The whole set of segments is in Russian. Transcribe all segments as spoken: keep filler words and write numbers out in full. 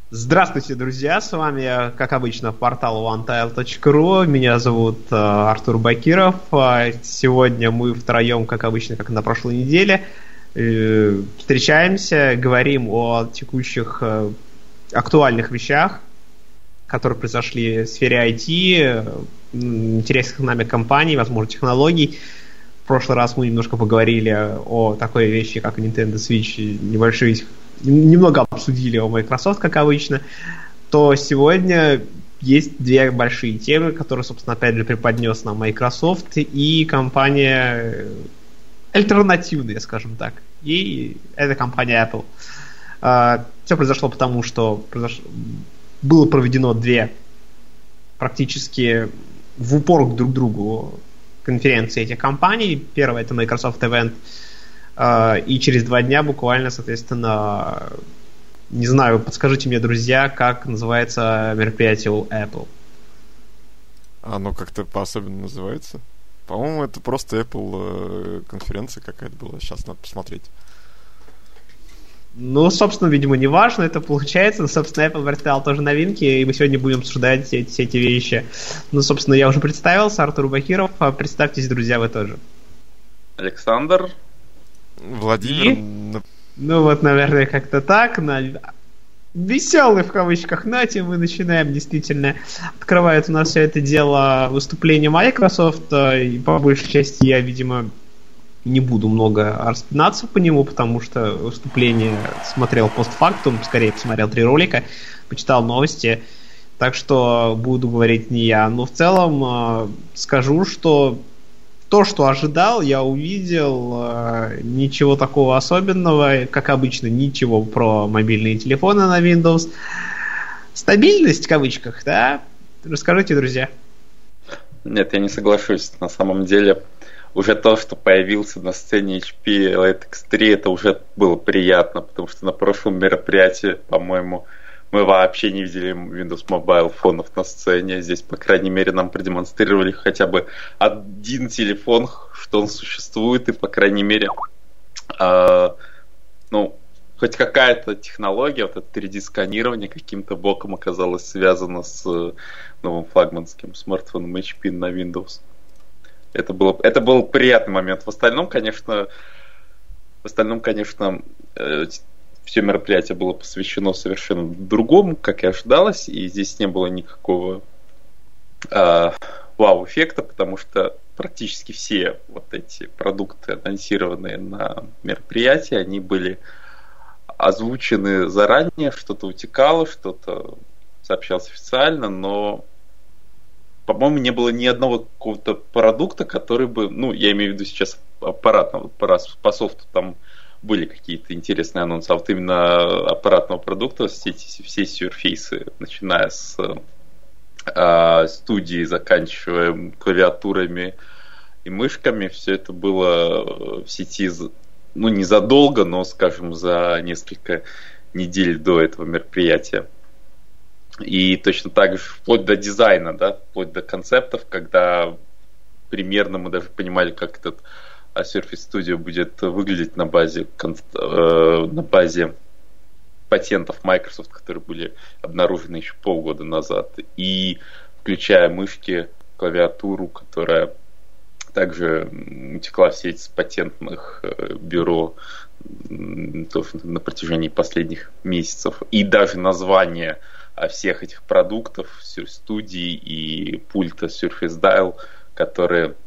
Здравствуйте, друзья! С вами, как обычно, портал one tile точка ru. Меня зовут э, Артур Бакиров. Сегодня мы втроем, как обычно, как на прошлой неделе, э, встречаемся, говорим о текущих э, актуальных вещах, которые произошли в сфере ай ти, э, интересных нами компаний, возможно, технологий. В прошлый раз мы немножко поговорили о такой вещи, как Nintendo Switch, небольшие немного обсудили о Microsoft, как обычно, то сегодня есть две большие темы, которые, собственно, опять же преподнес нам Microsoft и компания альтернативная, скажем так. И это компания Apple. Все произошло потому, что произош... было проведено две практически в упор друг к другу конференции этих компаний. Первая — это Microsoft Event, и через два дня буквально, соответственно, не знаю, подскажите мне, друзья, как называется мероприятие у Apple. Оно как-то по-особенному называется? По-моему, это просто Apple конференция какая-то была. Сейчас надо посмотреть. Ну, собственно, видимо, не важно, это получается. Но, собственно, Apple представил тоже новинки, и мы сегодня будем обсуждать все, все эти вещи. Ну, собственно, я уже представился, Артур Бакиров. Представьтесь, друзья, вы тоже. Александр. Владимир. И? Ну вот, наверное, как-то так. На веселый, в кавычках, ноте мы начинаем действительно. Открывает у нас все это дело выступление Microsoft. И по большей части я, видимо, не буду много распинаться по нему, потому что выступление смотрел постфактум, скорее посмотрел три ролика, почитал новости. Так что буду говорить не я. Но в целом скажу, что то, что ожидал, я увидел. Э, ничего такого особенного. Как обычно, ничего про мобильные телефоны на Windows. Стабильность, в кавычках, да? Расскажите, друзья. Нет, я не соглашусь. На самом деле, уже то, что появился на сцене эйч пи эл эй икс три, это уже было приятно, потому что на прошлом мероприятии, по-моему, мы вообще не видели Windows Mobile фонов на сцене. Здесь, по крайней мере, нам продемонстрировали хотя бы один телефон, что он существует, и, по крайней мере, э, ну, хоть какая-то технология, вот это три дэ-сканирование каким-то боком оказалось связано с новым флагманским смартфоном эйч пи на Windows. Это, было, это был приятный момент. В остальном, конечно, в остальном, конечно, э, все мероприятие было посвящено совершенно другому, как и ожидалось, и здесь не было никакого э, вау-эффекта, потому что практически все вот эти продукты, анонсированные на мероприятии, они были озвучены заранее, что-то утекало, что-то сообщалось официально, но, по-моему, не было ни одного какого-то продукта, который бы, ну, я имею в виду сейчас аппаратного, по, по софту там были какие-то интересные анонсы, а вот именно аппаратного продукта, все, все Surface, начиная с э, студии, заканчивая клавиатурами и мышками, все это было в сети, ну, не задолго, но, скажем, за несколько недель до этого мероприятия. И точно так же вплоть до дизайна, да, вплоть до концептов, когда примерно мы даже понимали, как этот Surface Studio будет выглядеть на базе, э, на базе патентов Microsoft, которые были обнаружены еще полгода назад, и включая мышки, клавиатуру, которая также утекла в сеть с патентных э, бюро тоже на протяжении последних месяцев, и даже название всех этих продуктов, студий и пульта Surface Dial, которые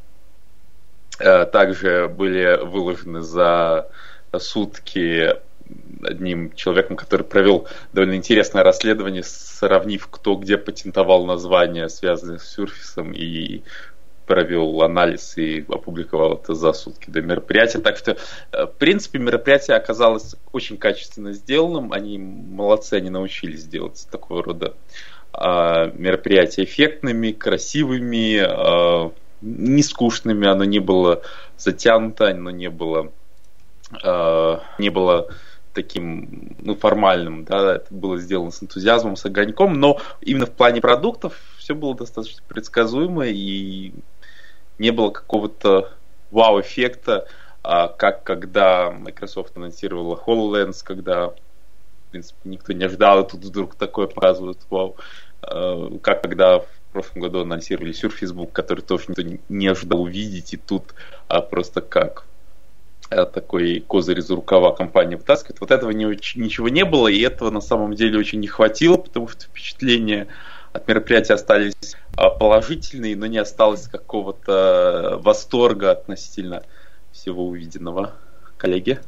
также были выложены за сутки одним человеком, который провел довольно интересное расследование, сравнив, кто где патентовал названия, связанные с Surface, и провел анализ и опубликовал это за сутки до мероприятия. Так что, в принципе, мероприятие оказалось очень качественно сделанным. Они молодцы, они научились делать такого рода мероприятия эффектными, красивыми, не скучными, оно не было затянуто, оно не было, э, не было таким, ну, формальным, да, это было сделано с энтузиазмом, с огоньком, но именно в плане продуктов все было достаточно предсказуемо и не было какого-то вау-эффекта, а, как когда Microsoft анонсировала HoloLens, когда в принципе, никто не ожидал, и тут вдруг такое показывают, вау. Как когда в прошлом году анонсировали Surface Book, который тоже никто не ожидал увидеть, и тут а просто как такой козырь из рукава компания вытаскивает. Вот этого не, ничего не было, и этого на самом деле очень не хватило, потому что впечатления от мероприятия остались положительные, но не осталось какого-то восторга относительно всего увиденного. Коллеги?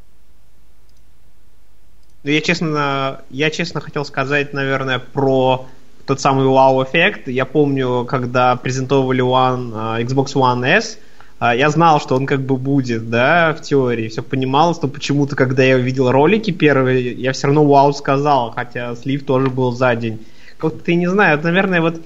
Ну, я честно, я честно хотел сказать, наверное, про тот самый вау-эффект. Я помню, когда презентовали One, Xbox One S, я знал, что он как бы будет, да, в теории, все понимал, что почему-то, когда я увидел ролики первые, я все равно вау сказал, хотя слив тоже был за день. Как-то, я не знаю, это, наверное, вот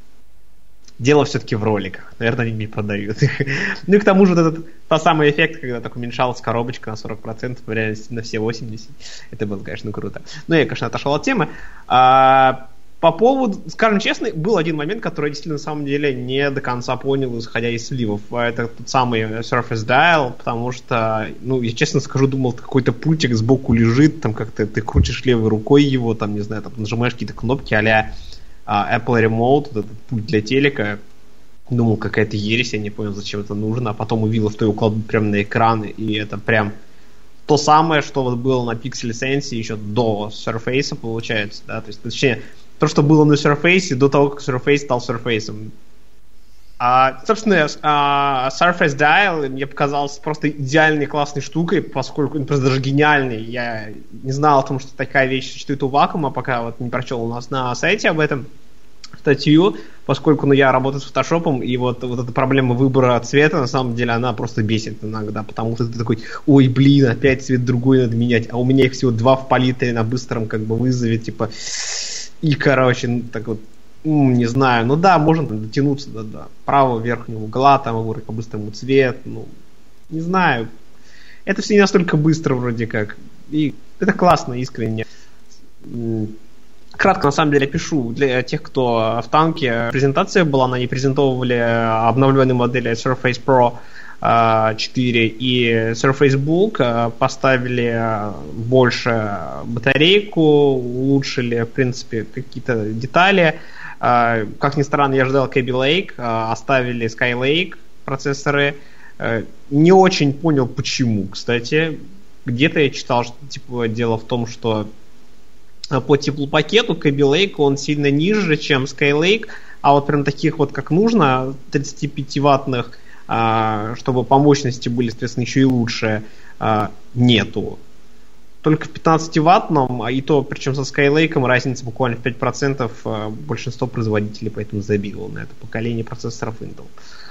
дело все-таки в роликах. Наверное, они не продают их. Ну и к тому же вот этот тот самый эффект, когда так уменьшалась коробочка на сорок процентов, в реальности на все восемьдесят процентов. Это было, конечно, круто. Но я, конечно, отошел от темы. А, по поводу, скажем честно, был один момент, который я действительно на самом деле не до конца понял, исходя из сливов. Это тот самый Surface Dial, потому что, ну, я честно скажу, думал, какой-то пультик сбоку лежит, там как-то ты крутишь левой рукой его, там, не знаю, там нажимаешь какие-то кнопки а-ля Apple Remote, вот этот пульт для телека. Думал, какая-то ересь, я не понял, зачем это нужно, а потом увидел, что его кладут прямо на экран, и это прям то самое, что вот было на Pixel Sense еще до Surface, получается, да, то есть, точнее, то, что было на Surface до того, как Surface стал Surface. А, собственно, а, Surface Dial мне показался просто идеальной, классной штукой, поскольку он просто даже гениальный. Я не знал о том, что такая вещь существует у Wacom, пока вот не прочел у нас на сайте об этом статью, поскольку ну, я работаю с фотошопом, и вот, вот эта проблема выбора цвета, на самом деле, она просто бесит иногда, потому что ты такой, ой, блин, опять цвет другой надо менять, а у меня их всего два в палитре на быстром как бы вызове, типа, и, короче, ну, так вот, не знаю, ну да, можно дотянуться до, до правого верхнего угла, там выбрать по-быстрому цвет, ну, не знаю. Это все не настолько быстро вроде как. И это классно, искренне. Кратко, на самом деле, пишу для тех, кто в танке. Презентация была, на ней презентовали обновленные модели Surface Pro четыре и Surface Book, поставили больше батарейку, улучшили, в принципе, какие-то детали. Как ни странно, я ждал Kaby Lake, оставили Skylake процессоры. Не очень понял, почему, кстати. Где-то я читал, что типа дело в том, что по теплопакету Kaby Lake он сильно ниже, чем Skylake, а вот прям таких вот, как нужно, тридцатипятиваттных, чтобы по мощности были, соответственно, еще и лучше, нету. Только в пятнадцативаттном, а и то, причем со Skylake, разница буквально в пять процентов, большинство производителей поэтому забило на это поколение процессоров Intel.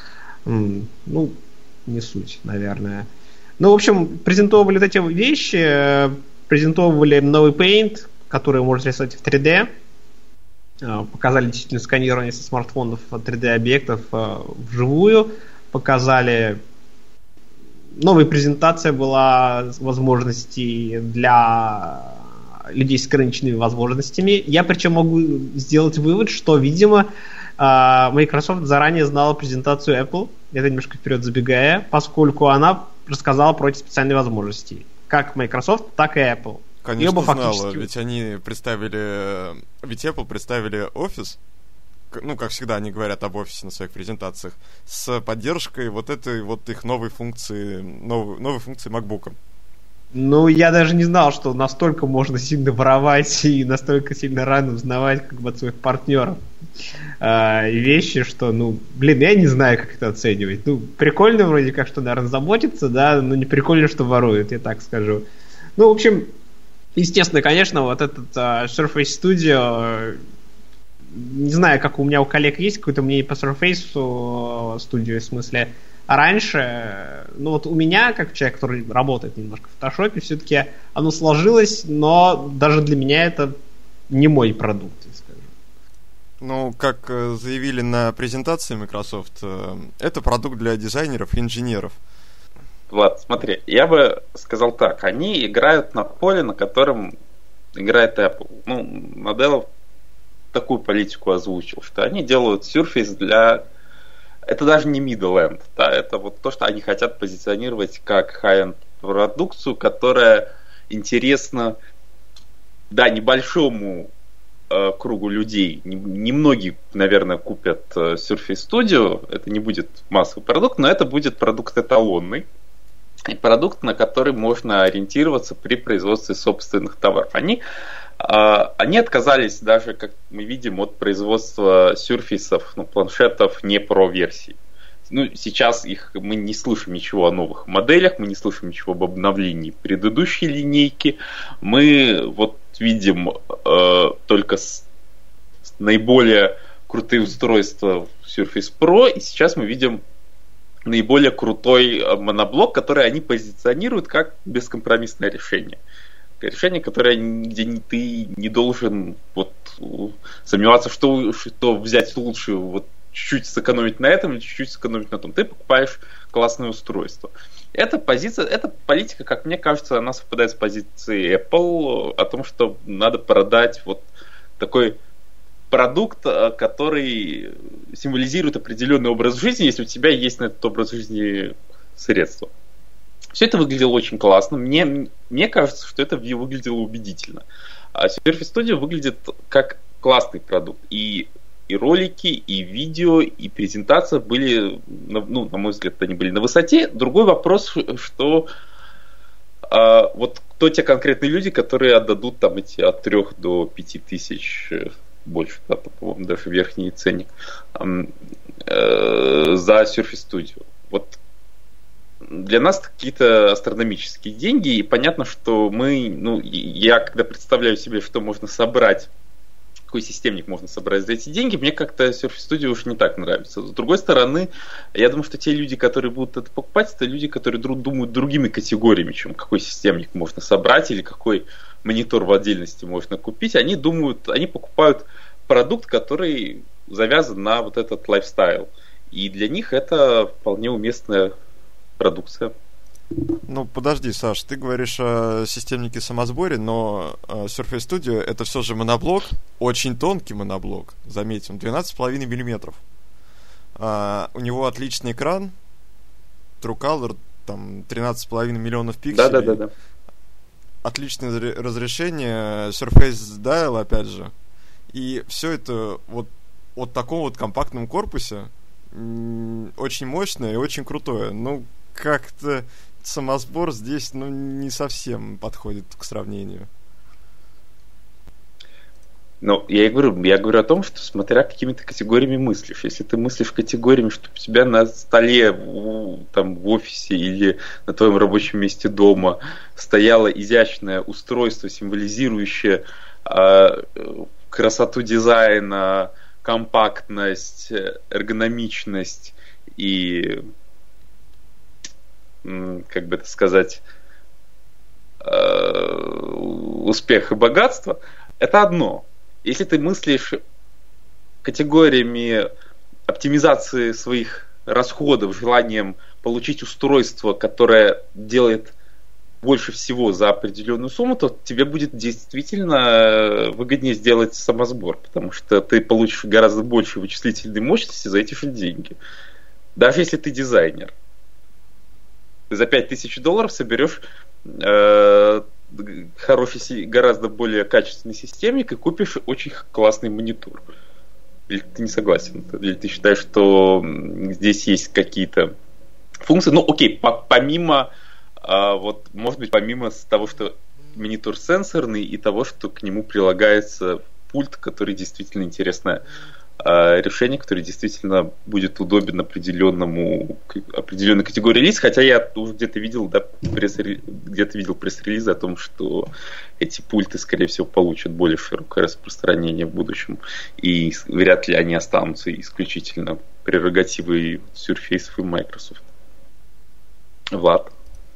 Ну, не суть, наверное. Ну, в общем, презентовали вот эти вещи, презентовали новый Paint, который можно рисовать в три дэ, показали действительно сканирование со смартфонов три дэ-объектов вживую, показали... Новая презентация была возможностей для людей с ограниченными возможностями. Я причем могу сделать вывод, что, видимо, Microsoft заранее знала презентацию Apple, это немножко вперед забегая, поскольку она рассказала про эти специальные возможности. Как Microsoft, так и Apple. Конечно, знала, фактически... ведь они представили... Ведь Apple представили Office, ну, как всегда, они говорят об офисе на своих презентациях, с поддержкой вот этой вот их новой функции, новой, новой функции MacBook. Ну, я даже не знал, что настолько можно сильно воровать и настолько сильно рано узнавать как бы от своих партнеров э, вещи, что, ну, блин, я не знаю, как это оценивать. Ну, прикольно вроде как, что, наверное, заботится, да, но не прикольно, что воруют, я так скажу. Ну, в общем, естественно, конечно, вот этот э, Surface Studio... Не знаю, как у меня у коллег есть какое-то мнение по Surface Studio, в смысле, а раньше, ну вот у меня, как человек, который работает немножко в Photoshop, все-таки оно сложилось, но даже для меня это не мой продукт, я скажу. Ну, как заявили на презентации Microsoft, это продукт для дизайнеров и инженеров. Влад, смотри, я бы сказал так, они играют на поле, на котором играет Apple. Ну, Наделов такую политику озвучил, что они делают Surface для... Это даже не middle-end, да, это вот то, что они хотят позиционировать как high-end продукцию, которая интересна да, небольшому э, кругу людей, немногие, наверное, купят э, Surface Studio, это не будет массовый продукт, но это будет продукт эталонный, и продукт, на который можно ориентироваться при производстве собственных товаров. Они, э, они отказались даже, как мы видим, от производства Surface, ну, планшетов не про версии. Ну, сейчас их, мы не слышим ничего о новых моделях, мы не слышим ничего об обновлении предыдущей линейки. Мы вот видим э, только с, с наиболее крутые устройства Surface Pro, и сейчас мы видим наиболее крутой моноблок, который они позиционируют как бескомпромиссное решение. Решение, которое, где ты не должен вот, сомневаться, что, что взять лучше, вот, чуть-чуть сэкономить на этом или чуть-чуть сэкономить на том. Ты покупаешь классное устройство. Эта позиция, эта политика, как мне кажется, она совпадает с позицией Apple о том, что надо продать вот такой продукт, который символизирует определенный образ жизни, если у тебя есть на этот образ жизни средства. Все это выглядело очень классно. Мне, мне кажется, что это выглядело убедительно. А Surface Studio выглядит как классный продукт. И И ролики, и видео, и презентация были, ну, на мой взгляд, они были на высоте. Другой вопрос, что э, вот кто те конкретные люди, которые отдадут там эти от трёх до пяти тысяч, больше, да, по-моему, даже верхний ценник, э, за Surface Studio. Вот для нас какие-то астрономические деньги, и понятно, что мы, ну, я когда представляю себе, что можно собрать, какой системник можно собрать за эти деньги, мне как-то Surface Studio уже не так нравится. С другой стороны, я думаю, что те люди, которые будут это покупать, это люди, которые думают другими категориями, чем какой системник можно собрать или какой монитор в отдельности можно купить. Они думают, они покупают продукт, который завязан на вот этот лайфстайл. И для них это вполне уместная продукция. Ну, подожди, Саш, ты говоришь о системнике самосборе, но Surface Studio это все же моноблок, очень тонкий моноблок, заметим, двенадцать с половиной миллиметров. А, у него отличный экран, True Color, там тринадцать с половиной миллионов пикселей. Да, да, да, да. Отличное разрешение, Surface Dial, опять же. И все это вот, вот в таком вот компактном корпусе очень мощное и очень крутое. Ну, как-то самосбор здесь, ну, не совсем подходит к сравнению. Ну, я и говорю, я говорю о том, что смотря какими ты категориями мыслишь. Если ты мыслишь категориями, что у тебя на столе там, в офисе или на твоем рабочем месте дома стояло изящное устройство, символизирующее э, красоту дизайна, компактность, эргономичность и, как бы это сказать, успех и богатство, это одно. Если ты мыслишь категориями оптимизации своих расходов, желанием получить устройство, которое делает больше всего за определенную сумму, то тебе будет действительно выгоднее сделать самосбор, потому что ты получишь гораздо больше вычислительной мощности за эти же деньги. Даже если ты дизайнер. Ты за пять тысяч долларов соберешь э, хороший, гораздо более качественный системник и купишь очень классный монитор. Или ты не согласен? Или ты считаешь, что здесь есть какие-то функции? Ну, окей, по- помимо э, вот, может быть, помимо того, что монитор сенсорный, и того, что к нему прилагается пульт, который действительно интересное решение, которое действительно будет удобен определенному, определенной категории лиц, хотя я уже где-то видел, да, где-то видел пресс-релизы о том, что эти пульты, скорее всего, получат более широкое распространение в будущем, и вряд ли они останутся исключительно прерогативой Surface и Microsoft. Влад?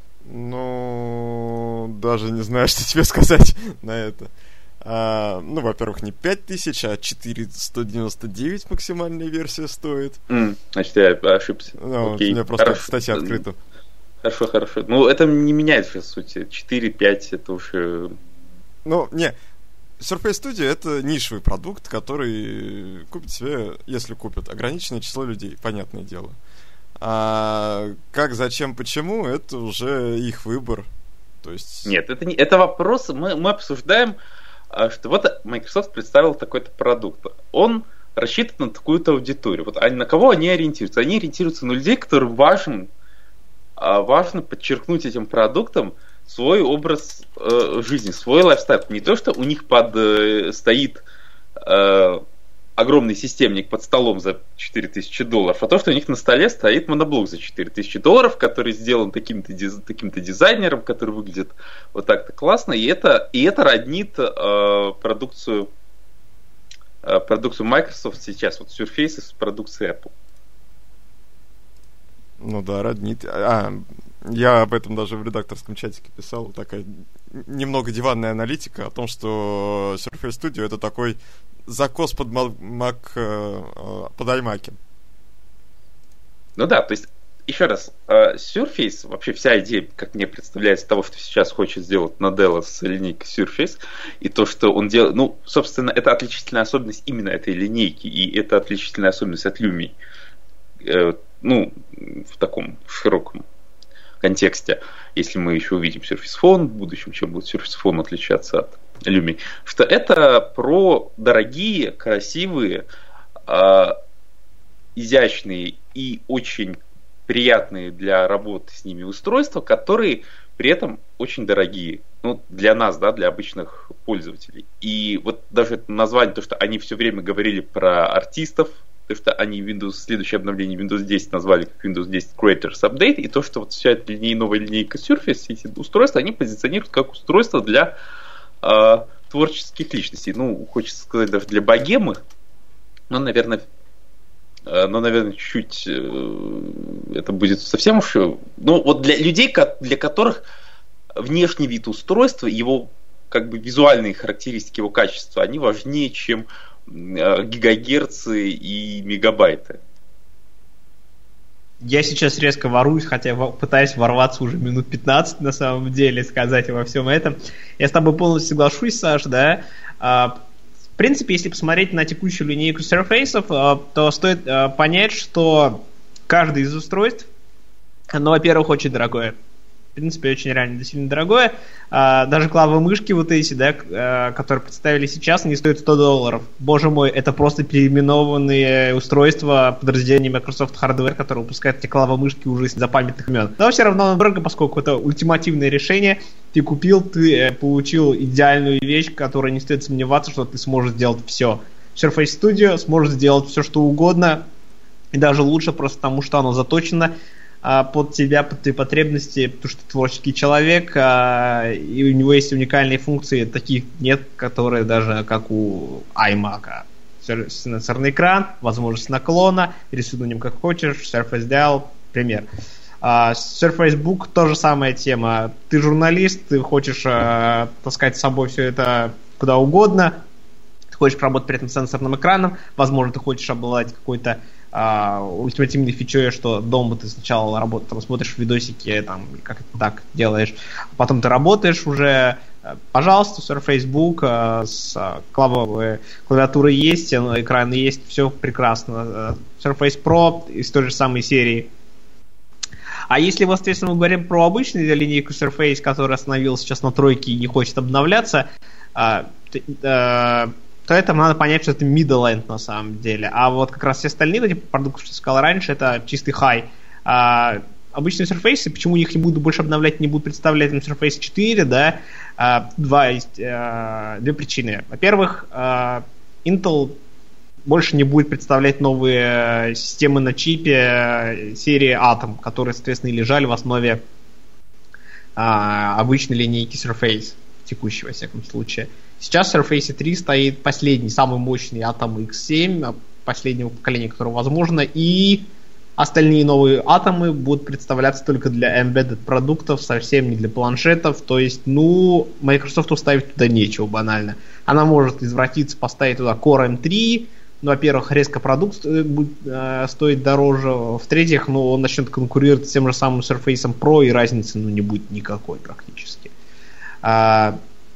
Ну, даже не знаю, что тебе сказать на это. А, ну, во-первых, не пять тысяч, а четыреста девяносто девять максимальная версия стоит. Mm, значит, я ошибся. Ну, Окей. У меня просто Хорошо. статья открыта. Хорошо, хорошо. Ну, это не меняет, в сути. четыре-пять это уже... Ну, не. Surface Studio — это нишевый продукт, который купит себе, если купят, ограниченное число людей, понятное дело. А как, зачем, почему, это уже их выбор. То есть... Нет, это, не, это вопрос, мы, мы обсуждаем что вот Microsoft представил такой-то продукт. Он рассчитан на такую-то аудиторию. Вот на кого они ориентируются? Они ориентируются на людей, которым важен, важно подчеркнуть этим продуктом свой образ э, жизни, свой лайфстайл. Не то, что у них под, э, стоит э, огромный системник под столом за четыре тысячи долларов, а то, что у них на столе стоит моноблок за четыре тысячи долларов, который сделан таким-то, диз, таким-то дизайнером, который выглядит вот так-то классно, и это, и это роднит э, продукцию, э, продукцию Microsoft сейчас, вот Surface с продукцией Apple. Ну да, роднит. А, я об этом даже в редакторском чатике писал. Такая немного диванная аналитика о том, что Surface Studio — это такой закос под Mac, под iMac. Ну да, то есть, еще раз, Surface, вообще вся идея, как мне представляется, того, что сейчас хочет сделать Nadella с линейкой Surface, и то, что он делает, ну, собственно, это отличительная особенность именно этой линейки, и это отличительная особенность от Lumia. Ну, в таком широком контексте, если мы еще увидим Surface Phone в будущем, чем будет Surface Phone отличаться от Lumia, что это про дорогие, красивые, э, изящные и очень приятные для работы с ними устройства, которые при этом очень дорогие. Ну, для нас, да, для обычных пользователей. И вот даже это название, то, что они все время говорили про артистов, то, что они Windows, следующее обновление Windows десять назвали как Windows десять Creators Update, и то, что вот вся эта линейка, новая линейка Surface, эти устройства, они позиционируют как устройства для э, творческих личностей. Ну, хочется сказать, даже для богемы, но, наверное, э, но, наверное, чуть-чуть э, это будет совсем уж... Ну, вот для людей, для которых внешний вид устройства, его как бы визуальные характеристики, его качества, они важнее, чем гигагерцы и мегабайты. Я сейчас резко воруюсь, хотя пытаюсь ворваться уже минут пятнадцать на самом деле, сказать во всем этом. Я с тобой полностью соглашусь, Саш, да. В принципе, если посмотреть на текущую линейку Surface, то стоит понять, что каждое из устройств, оно, во-первых, очень дорогое. В принципе, очень реально сильно дорогое. А, даже клавы мышки вот эти, да, а, которые представили сейчас, они стоят сто долларов. Боже мой, это просто переименованные устройства подразделения Microsoft Hardware, которые выпускают эти клавы мышки уже из запамятных имен. Но все равно дорого, поскольку это ультимативное решение. Ты купил, ты получил идеальную вещь, которая не стоит сомневаться, что ты сможешь сделать все. Surface Studio сможет сделать все, что угодно, и даже лучше, просто потому что оно заточено под тебя, под твои потребности, потому что ты творческий человек, а, и у него есть уникальные функции, таких нет, которые даже как у iMac. Сенсорный экран, возможность наклона, рисуй на нем как хочешь, Surface Dial, пример. А, Surface Book тоже самая тема. Ты журналист, ты хочешь а, таскать с собой все это куда угодно, ты хочешь работать при этом с сенсорным экраном, возможно, ты хочешь обладать какой-то Uh, ультимативной фичой, что дома ты сначала работаешь, там, смотришь видосики, там, как это так делаешь, а потом ты работаешь уже, пожалуйста, Surface Book uh, с uh, клавовой клавиатурой есть, экраны есть, все прекрасно. Surface Pro из той же самой серии. А если, соответственно, мы говорим про обычную линейку Surface, которая остановилась сейчас на тройке и не хочет обновляться, uh, uh, то это надо понять, что это middle end на самом деле. А вот как раз все остальные эти продукты, что я сказал раньше, это чистый high. А, обычные Surface, почему их не буду больше обновлять, не буду представлять на Surface четыре, да, а, два есть, а, две причины. Во-первых, а, Intel больше не будет представлять новые системы на чипе серии Atom, которые, соответственно, и лежали в основе а, обычной линейки Surface, текущей, во всяком случае. Сейчас в Surface три стоит последний, самый мощный Atom икс семь, последнего поколения, которое возможно, и остальные новые атомы будут представляться только для embedded продуктов, совсем не для планшетов, то есть, ну, Microsoft ставить туда нечего банально. Она может извратиться, поставить туда Core эм три, ну, во-первых, резко продукт будет э, стоить дороже, в-третьих, ну, он начнет конкурировать с тем же самым Surface Pro, и разницы, ну, не будет никакой практически. А,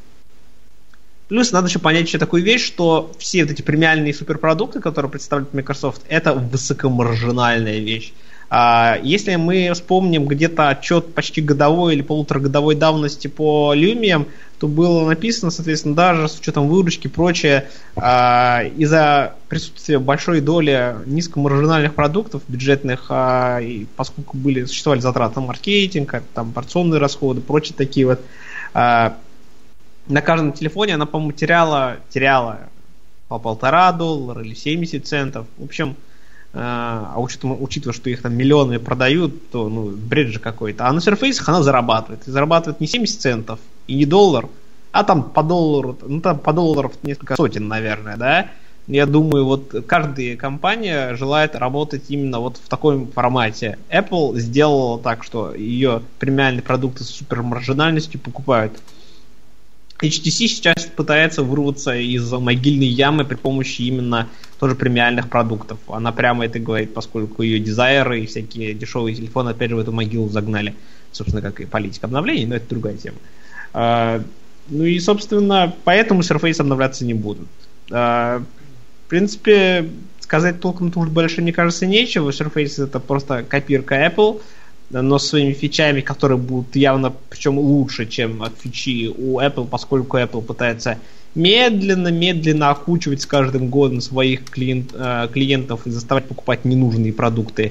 Плюс надо еще понять еще такую вещь, что все вот эти премиальные суперпродукты, которые представляет Microsoft, это высокомаржинальная вещь. Если мы вспомним где-то отчет почти годовой или полуторагодовой давности по Lumion, то было написано, соответственно, даже с учетом выручки и прочее, из-за присутствия большой доли низкомаржинальных продуктов бюджетных, поскольку были, существовали затраты на маркетинг, там, порционные расходы, прочие такие вот, на каждом телефоне она, по-моему, теряла, теряла по полтора доллара или семьдесят центов. В общем, а учитывая, учитывая, что их там миллионы продают, то ну, бред же какой-то. А на Surface она зарабатывает. И зарабатывает не семьдесят центов и не доллар, а там по доллару, ну там по доллару несколько сотен, наверное, да. Я думаю, вот каждая компания желает работать именно вот в таком формате. Apple сделала так, что ее премиальные продукты с супермаржинальностью покупают. эйч ти си сейчас пытается вырваться из могильной ямы при помощи именно тоже премиальных продуктов. Она прямо это говорит, поскольку ее дизайры и всякие дешевые телефоны опять же в эту могилу загнали. Собственно, как и политика обновлений, но это другая тема. Ну и, собственно, поэтому Surface обновляться не будут. В принципе, сказать толком тут больше, мне кажется, нечего. Surface это просто копирка Apple, но с своими фичами, которые будут явно, причем лучше, чем фичи у Apple, поскольку Apple пытается медленно-медленно окучивать с каждым годом своих клиент, э, клиентов и заставлять покупать ненужные продукты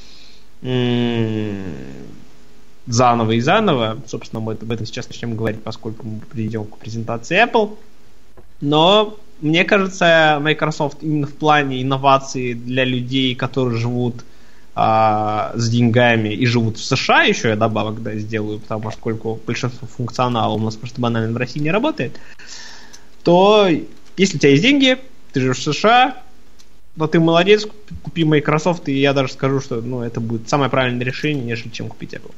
м-м- заново и заново. Собственно, мы об этом сейчас начнем говорить, поскольку мы перейдем к презентации Apple. Но мне кажется, Microsoft именно в плане инноваций для людей, которые живут с деньгами и живут в США, еще я добавок да, сделаю, потому что поскольку большинство функционала у нас просто банально в России не работает, то если у тебя есть деньги, ты живешь в США, но ты молодец, купи Microsoft, и я даже скажу, что ну, это будет самое правильное решение, нежели чем купить Apple.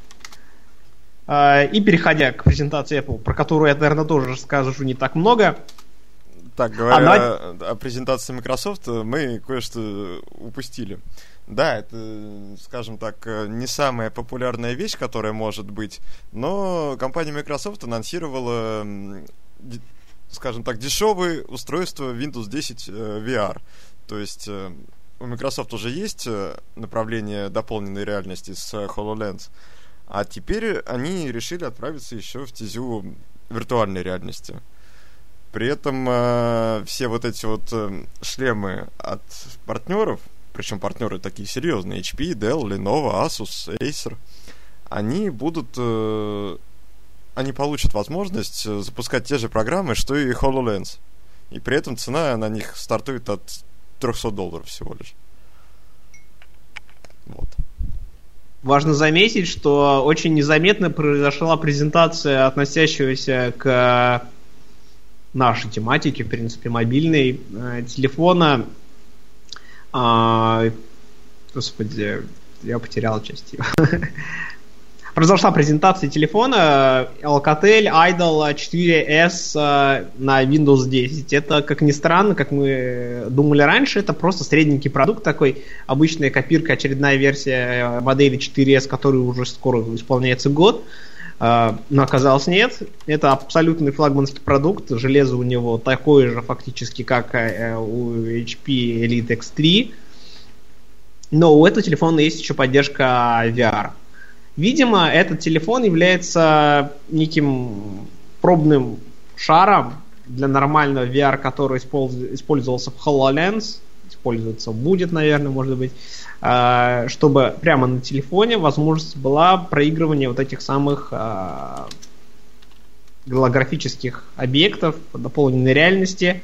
И переходя к презентации Apple, про которую я, наверное, тоже скажу не так много. Так, говоря Она... о презентации Microsoft, мы кое-что упустили. Да, это, скажем так, не самая популярная вещь, которая может быть, но компания Microsoft анонсировала, скажем так, дешевые устройства Windows десять ви ар. То есть у Microsoft уже есть направление дополненной реальности с HoloLens, а теперь они решили отправиться еще в стезю виртуальной реальности. При этом все вот эти вот шлемы от партнеров, причем партнеры такие серьезные, эйч пи, Dell, Lenovo, Asus, Acer, они будут, э, они получат возможность запускать те же программы, что и HoloLens. И при этом цена на них стартует от триста долларов всего лишь. Вот. Важно заметить, что очень незаметно произошла презентация, относящаяся к нашей тематике, в принципе, мобильной, э, телефона. А, господи, я потерял часть его. Произошла презентация телефона Alcatel Idol четыре эс на Windows десять. Это, как ни странно, как мы думали раньше, это просто средненький продукт такой, обычная копирка, очередная версия модели четыре эс, которой уже скоро исполняется год. Но оказалось нет. Это абсолютный флагманский продукт. Железо у него такое же фактически, как у эйч пи Elite икс три. Но у этого телефона есть еще поддержка ви ар. Видимо, этот телефон является неким пробным шаром для нормального ви ар, который использовался в HoloLens. Использоваться будет, наверное, может быть. Чтобы прямо на телефоне возможность была проигрывания вот этих самых э, голографических объектов дополненной реальности.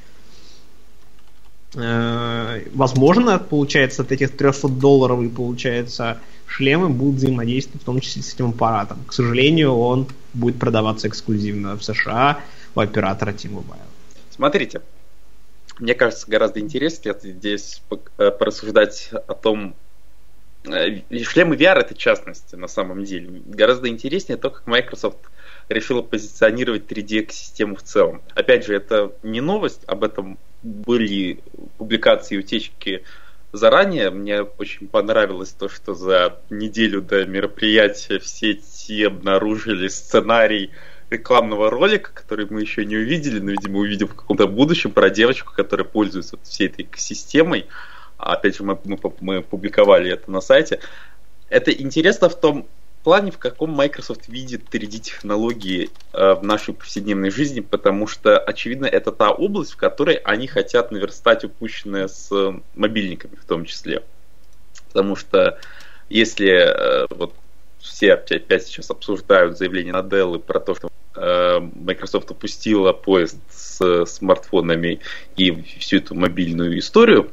Э, возможно, получается, от этих трехсотдолларовые, получается, шлемы будут взаимодействовать в том числе с этим аппаратом. К сожалению, он будет продаваться эксклюзивно в США у оператора T-Mobile. Смотрите, мне кажется, гораздо интереснее здесь порассуждать о том, шлемы ви ар это частность на самом деле. Гораздо интереснее то, как Microsoft решила позиционировать три ди-экосистему в целом. Опять же, это не новость, об этом были публикации и утечки заранее. Мне очень понравилось то, что за неделю до мероприятия в сети обнаружили сценарий рекламного ролика, который мы еще не увидели, но, видимо, увидим в каком-то будущем, про девочку, которая пользуется вот всей этой экосистемой. Опять же, мы, мы, мы публиковали это на сайте. это интересно в том плане, в каком Microsoft видит три дэ-технологии э, в нашей повседневной жизни, потому что, очевидно, это та область, в которой они хотят наверстать упущенное с мобильниками в том числе. Потому что если э, вот все опять сейчас обсуждают заявление Наделлы про то, что э, Microsoft упустила поезд с смартфонами и всю эту мобильную историю.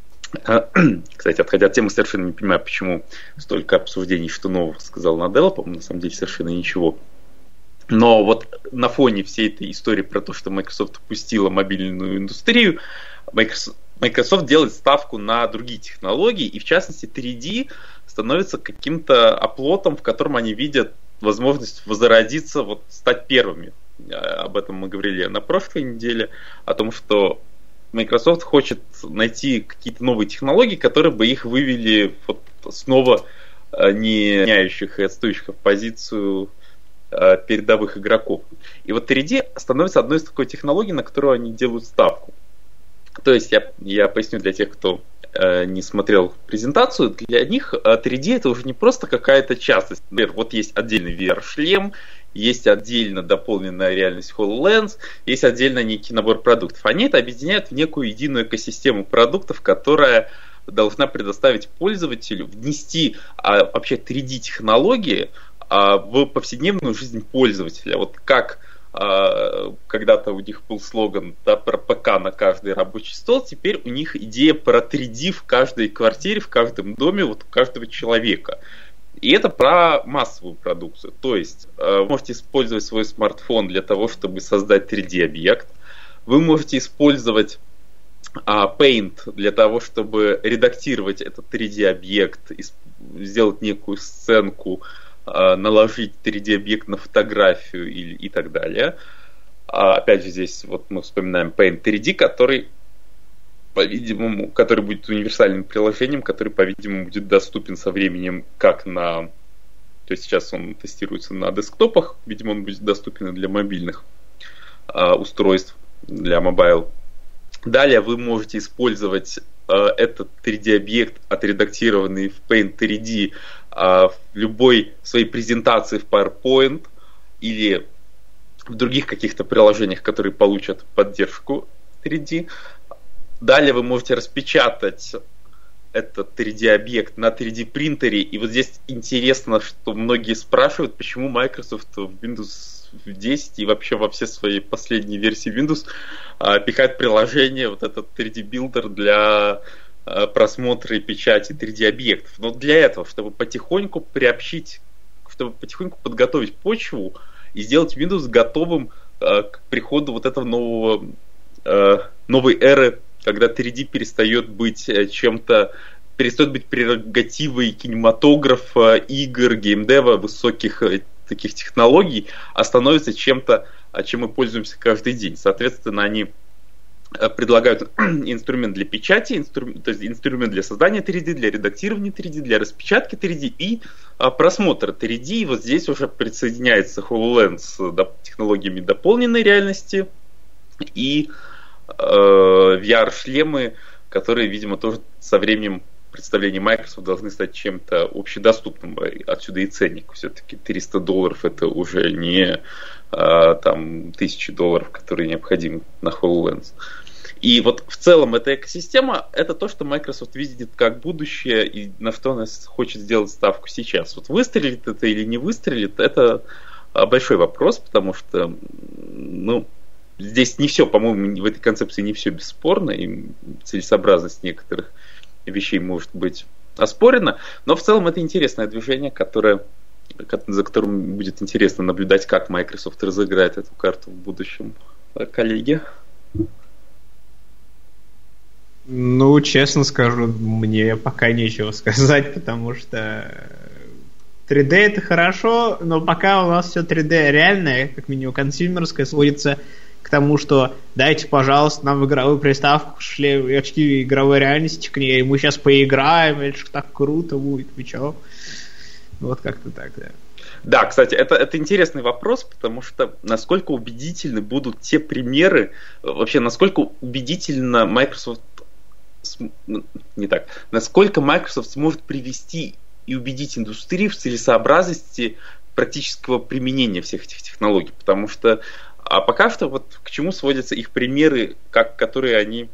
Кстати, отходя от темы, совершенно не понимаю, почему столько обсуждений, что нового сказал Наделла, по-моему, на самом деле совершенно ничего. Но вот на фоне всей этой истории про то, что Microsoft упустила мобильную индустрию, Microsoft, Microsoft делает ставку на другие технологии, и в частности три дэ становится каким-то оплотом, в котором они видят возможность возродиться, вот стать первыми. Об этом мы говорили на прошлой неделе, о том, что Microsoft хочет найти какие-то новые технологии, которые бы их вывели вот снова не меняющих и отстающих в позицию передовых игроков. И вот три дэ становится одной из такой технологий, на которую они делают ставку. То есть я, я поясню для тех, кто э, не смотрел презентацию, для них три дэ это уже не просто какая-то частность. Например, вот есть отдельный ви ар-шлем, есть отдельно дополненная реальность HoloLens, есть отдельно некий набор продуктов. Они это объединяют в некую единую экосистему продуктов, которая должна предоставить пользователю, внести а, вообще три дэ-технологии а, в повседневную жизнь пользователя. Вот как а, когда-то у них был слоган, да, про ПК на каждый рабочий стол, теперь у них идея про три дэ в каждой квартире, в каждом доме, вот у каждого человека. И это про массовую продукцию. То есть вы можете использовать свой смартфон для того, чтобы создать три дэ-объект. Вы можете использовать Paint для того, чтобы редактировать этот три дэ-объект, сделать некую сценку, наложить три дэ-объект на фотографию и, и так далее. Опять же, здесь вот мы вспоминаем Paint три дэ, который, по-видимому, который будет универсальным приложением, который, по-видимому, будет доступен со временем как на... То есть сейчас он тестируется на десктопах, видимо, он будет доступен и для мобильных а, устройств, для мобайл. Далее вы можете использовать а, этот три дэ-объект, отредактированный в Paint три дэ, а, в любой своей презентации в PowerPoint или в других каких-то приложениях, которые получат поддержку три дэ. Далее вы можете распечатать этот три дэ-объект на три дэ-принтере. И вот здесь интересно, что многие спрашивают, почему Microsoft в Windows десять и вообще во все свои последние версии Windows а, пихает приложение, вот этот три дэ-билдер для а, просмотра и печати три дэ-объектов. Но для этого, чтобы потихоньку приобщить, чтобы потихоньку подготовить почву и сделать Windows готовым а, к приходу вот этого нового, а, новой эры, когда три дэ перестает быть чем-то, перестает быть прерогативой кинематографа, игр, геймдева, высоких таких технологий, а становится чем-то, чем мы пользуемся каждый день. Соответственно, они предлагают инструмент для печати, инструмент, то есть инструмент для создания три дэ, для редактирования три дэ, для распечатки три дэ и а, просмотра три дэ. И вот здесь уже присоединяется HoloLens с да, технологиями дополненной реальности и ви ар-шлемы, которые, видимо, тоже со временем представления Microsoft должны стать чем-то общедоступным. Отсюда и ценник. Все-таки триста долларов это уже не а, там, тысячи долларов, которые необходимы на HoloLens. И вот в целом эта экосистема это то, что Microsoft видит как будущее и на что она хочет сделать ставку сейчас. Вот выстрелит это или не выстрелит, это большой вопрос, потому что, ну, здесь не все, по-моему, в этой концепции не все бесспорно, и целесообразность некоторых вещей может быть оспорена, но в целом это интересное движение, которое, за которым будет интересно наблюдать, как Microsoft разыграет эту карту в будущем. Коллеги? Ну, честно скажу, мне пока нечего сказать, потому что три дэ это хорошо, но пока у нас все три дэ реальное, как минимум консюмерское, сводится к тому, что дайте, пожалуйста, нам игровую приставку, шли очки игровой реальности к ней, мы сейчас поиграем, это же так круто будет, вы чё? Вот как-то так, да. Да, кстати, это, это интересный вопрос, потому что насколько убедительны будут те примеры, вообще, насколько убедительно Microsoft, не так, насколько Microsoft сможет привести и убедить индустрию в целесообразности практического применения всех этих технологий. Потому что а пока что вот к чему сводятся их примеры, как, которые, они,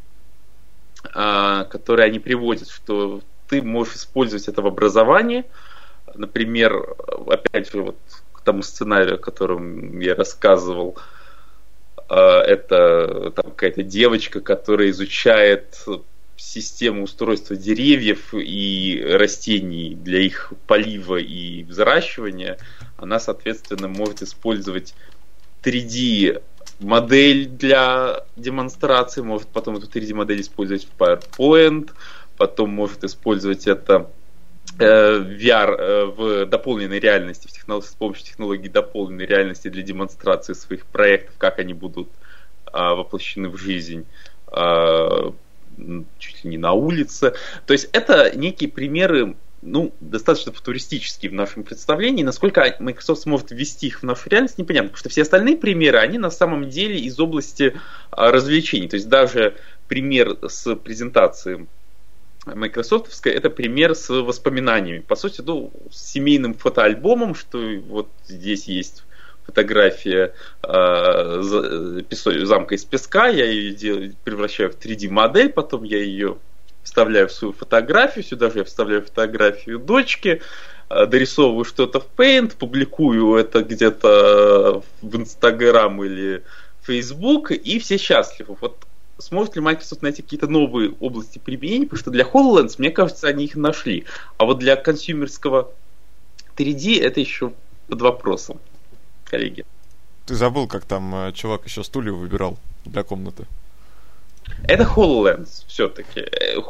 а, которые они приводят, что ты можешь использовать это в образовании. Например, опять же, вот к тому сценарию, о котором я рассказывал, это там какая-то девочка, которая изучает систему устройства деревьев и растений для их полива и взращивания. Она, соответственно, может использовать три дэ модель для демонстрации, может потом эту три дэ модель использовать в PowerPoint, потом может использовать это э, ви ар э, в дополненной реальности, в технолог... с помощью технологий дополненной реальности для демонстрации своих проектов, как они будут э, воплощены в жизнь, э, чуть ли не на улице. То есть это некие примеры, ну, достаточно футуристические в нашем представлении. Насколько Microsoft сможет ввести их в нашу реальность, непонятно, потому что все остальные примеры, они на самом деле из области а, развлечений. То есть даже пример с презентацией майкрософтовской, это пример с воспоминаниями. По сути, ну, с семейным фотоальбомом, что вот здесь есть фотография э, замка из песка, я ее делаю, превращаю в три дэ модель, потом я ее вставляю в свою фотографию, сюда же я вставляю фотографию дочки, э, дорисовываю что-то в Paint, публикую это где-то в Instagram или Facebook, и все счастливы. Вот сможет ли Microsoft найти какие-то новые области применения, потому что для HoloLens, мне кажется, они их нашли. А вот для консюмерского три дэ это еще под вопросом, коллеги. Ты забыл, как там э, чувак еще стулья выбирал для комнаты. Это HoloLens все-таки.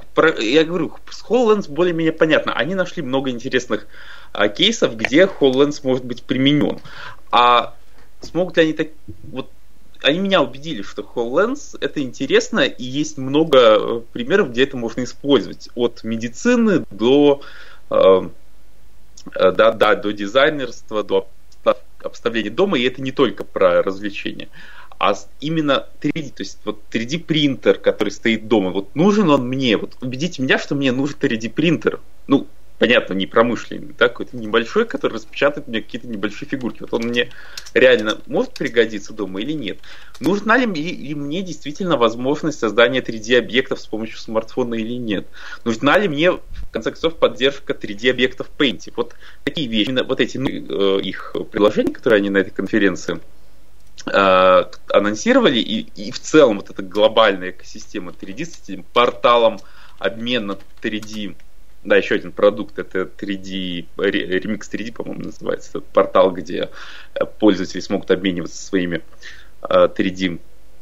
Я говорю, с HoloLens более-менее понятно. Они нашли много интересных а, кейсов, где HoloLens может быть применен. А смогут ли они так... Вот, они меня убедили, что HoloLens это интересно, и есть много примеров, где это можно использовать. От медицины до, э, да, да, до дизайнерства, до обставления дома. И это не только про развлечения, а именно три дэ, то есть вот три дэ принтер, который стоит дома. Вот нужен он мне? Вот убедите меня, что мне нужен три дэ принтер. Ну, понятно, не промышленный, да, какой-то небольшой, который распечатает мне какие-то небольшие фигурки. Вот он мне реально может пригодиться дома или нет? Нужна ли, ли мне действительно возможность создания три дэ объектов с помощью смартфона или нет? Нужна ли мне, в конце концов, поддержка три дэ объектов в Paint? Вот такие вещи, именно вот эти ну, их приложения, которые они на этой конференции э, анонсировали, и, и в целом вот эта глобальная экосистема три дэ с этим порталом обмена три дэ. Да, еще один продукт, это три дэ, Remix три дэ, по-моему, называется. Это портал, где пользователи смогут обмениваться своими три дэ,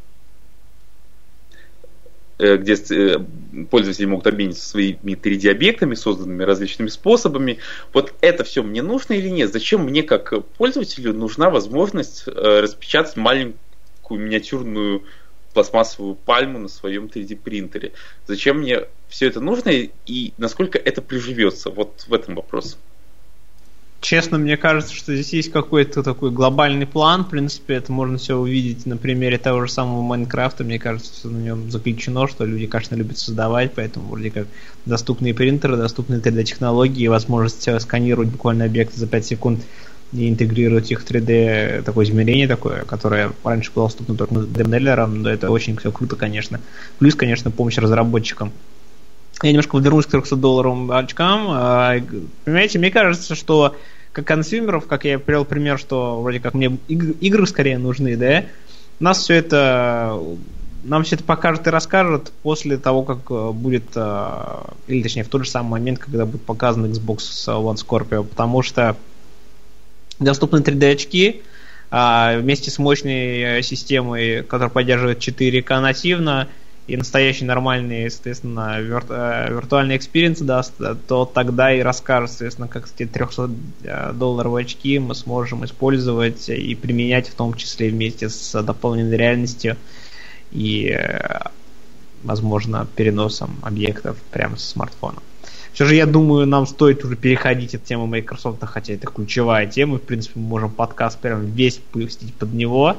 где пользователи могут обмениваться своими три дэ объектами, созданными различными способами. Вот это все мне нужно или нет? Зачем мне, как пользователю, нужна возможность распечатать маленькую миниатюрную пластмассовую пальму на своем три дэ принтере? Зачем мне все это нужно и насколько это приживется? Вот в этом вопрос. Честно, мне кажется, что здесь есть какой-то такой глобальный план. В принципе, это можно все увидеть на примере того же самого Майнкрафта. Мне кажется, все на нем заключено, что люди, конечно, любят создавать, поэтому вроде как доступные принтеры, доступные три дэ-технологии, возможность сканировать буквально объекты за пять секунд и интегрировать их в три дэ, такое измерение такое, которое раньше было доступно только демоделерам, но это очень все круто, конечно. Плюс, конечно, помощь разработчикам. Я немножко вернусь к трехсотдолларовым очкам. Понимаете, мне кажется, что как консюмеров, как я привел пример, что вроде как мне игры скорее нужны, да, нас все это нам все это покажут и расскажут после того, как будет, или точнее в тот же самый момент, когда будет показан Xbox One Scorpio, потому что доступны три дэ очки вместе с мощной системой, которая поддерживает четыре ка нативно, и настоящий нормальный, соответственно, вирту... виртуальный экспириенс даст, то тогда и расскажет, соответственно, как эти трехсотдолларовые очки мы сможем использовать и применять, в том числе вместе с дополненной реальностью и, возможно, переносом объектов прямо со смартфона. Все же, я думаю, нам стоит уже переходить от темы Microsoft, хотя это ключевая тема, в принципе, мы можем подкаст прям весь пустить под него.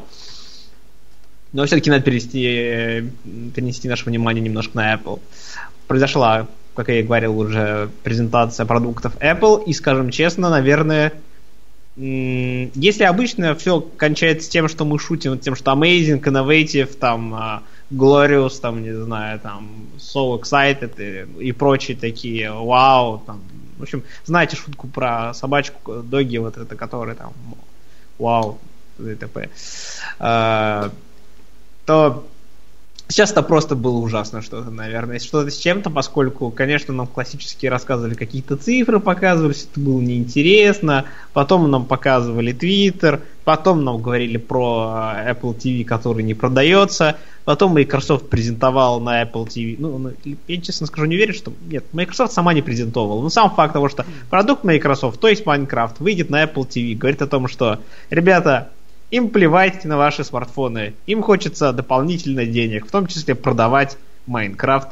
Но все-таки надо перенести, перенести наше внимание немножко на Apple. Произошла как я и говорил уже, презентация продуктов Apple. И, скажем честно, наверное, если обычно все кончается тем, что мы шутим, тем, что amazing, innovative, там, glorious, там, не знаю, там, so excited и, и прочие такие, вау, там, в общем, знаете шутку про собачку, доги, вот это, который там, вау, и т.п. А, то сейчас это просто было ужасно что-то, наверное. Что-то с чем-то, поскольку, конечно, нам классически рассказывали какие-то цифры, показывали, что это было неинтересно. Потом нам показывали Twitter. Потом нам говорили про Apple ти ви, который не продается. Потом Microsoft презентовал на Apple ти ви. Ну, я, честно скажу, не верю, что... Нет, Microsoft сама не презентовала. Но сам факт того, что продукт Microsoft, то есть Minecraft, выйдет на Apple ти ви, говорит о том, что, ребята... Им плевать на ваши смартфоны. Им хочется дополнительно денег, в том числе продавать Майнкрафт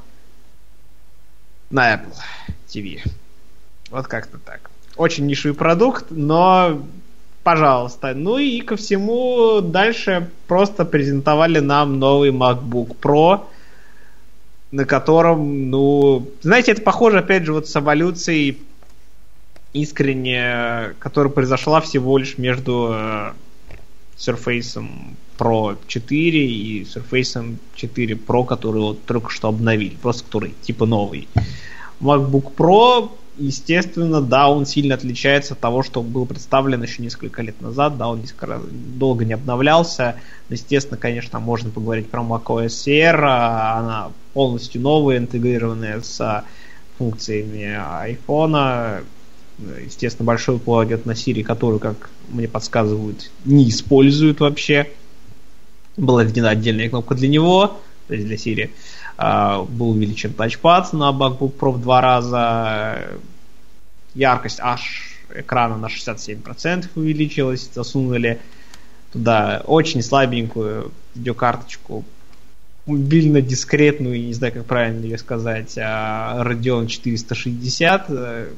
на Apple ти ви. Вот как-то так. Очень нишевый продукт, но пожалуйста. Ну и ко всему дальше просто презентовали нам новый MacBook Pro, на котором, ну, знаете, это похоже, опять же, вот с эволюцией искренне, которая произошла всего лишь между Surface Pro четыре и Surface четыре Pro, который вот только что обновили, просто который типа новый. MacBook Pro, естественно, да, он сильно отличается от того, что был представлен еще несколько лет назад, да, он несколько раз долго не обновлялся. Естественно, конечно, можно поговорить про macOS Air, она полностью новая, интегрированная с функциями iPhone. Естественно, большой упор идет на Siri, которую, как мне подсказывают, не используют вообще. Была введена отдельная кнопка для него, то есть для Siri. Uh, был увеличен тачпад на MacBook Pro в два раза. Яркость аж экрана на шестьдесят семь процентов увеличилась. Засунули туда очень слабенькую видеокарточку, мобильно дискретную, не знаю, как правильно ее сказать, Radeon четыреста шестьдесят.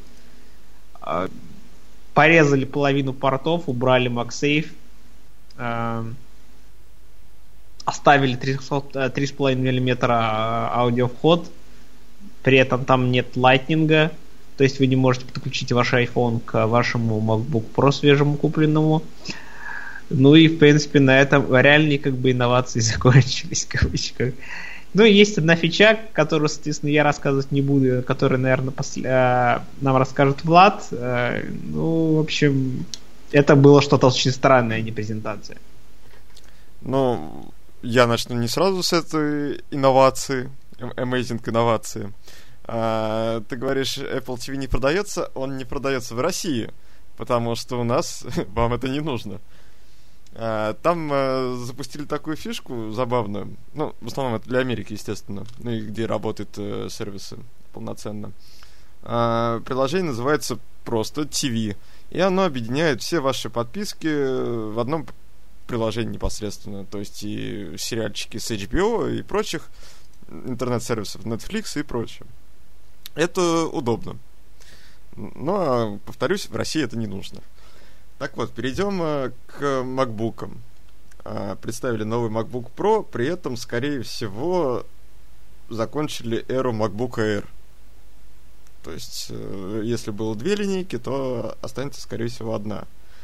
Порезали половину портов, убрали MagSafe, э, оставили три и пять миллиметра аудиовход, при этом там нет лайтнинга, то есть вы не можете подключить ваш iPhone к вашему MacBook Pro свежему купленному. Ну и, в принципе, на этом реальные как бы инновации закончились, в кавычках. Ну и есть одна фича, которую, соответственно, я рассказывать не буду, которую, наверное, после, э, нам расскажет Влад. Э, ну, в общем, это было что-то очень странное, а не презентация. Ну, я начну не сразу с этой инновации, amazing инновации. А, ты говоришь, Apple ти ви не продается, он не продается в России, потому что у нас вам это не нужно. Там э, запустили такую фишку забавную. Ну, в основном это для Америки, естественно. Ну и где работают э, сервисы полноценно. э, Приложение называется просто ти ви. И оно объединяет все ваши подписки в одном приложении непосредственно. То есть и сериальчики с эйч би о и прочих интернет-сервисов, Netflix и прочее. Это удобно. Но, повторюсь, в России это не нужно. Так вот, перейдем э, к MacBook'ам. Э, представили новый MacBook Pro, при этом, скорее всего, закончили эру MacBook Air. То есть, э, если было две линейки, то останется, скорее всего, одна.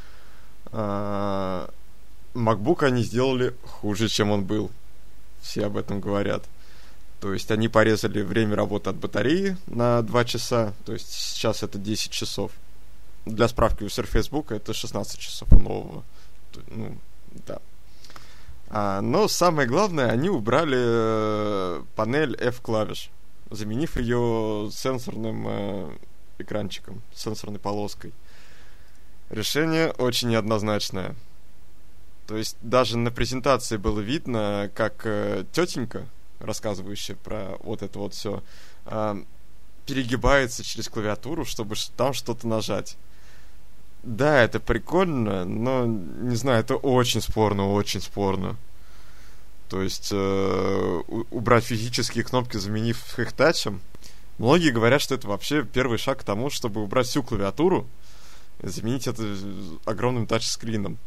Э, MacBook они сделали хуже, чем он был. Все об этом говорят. То есть, они порезали время работы от батареи на два часа. То есть, сейчас это десять часов. Для справки, у Surface Book это шестнадцать часов у нового. Ну, да. А, но самое главное, они убрали э, панель F-клавиш, заменив ее сенсорным э, экранчиком, сенсорной полоской. Решение очень неоднозначное. То есть даже на презентации было видно, как э, тетенька, рассказывающая про вот это вот все, э, перегибается через клавиатуру, чтобы там что-то нажать. Да, это прикольно, но, не знаю, это очень спорно, очень спорно. То есть, э, убрать физические кнопки, заменив их тачем. Многие говорят, что это вообще первый шаг к тому, чтобы убрать всю клавиатуру и заменить это огромным тачскрином.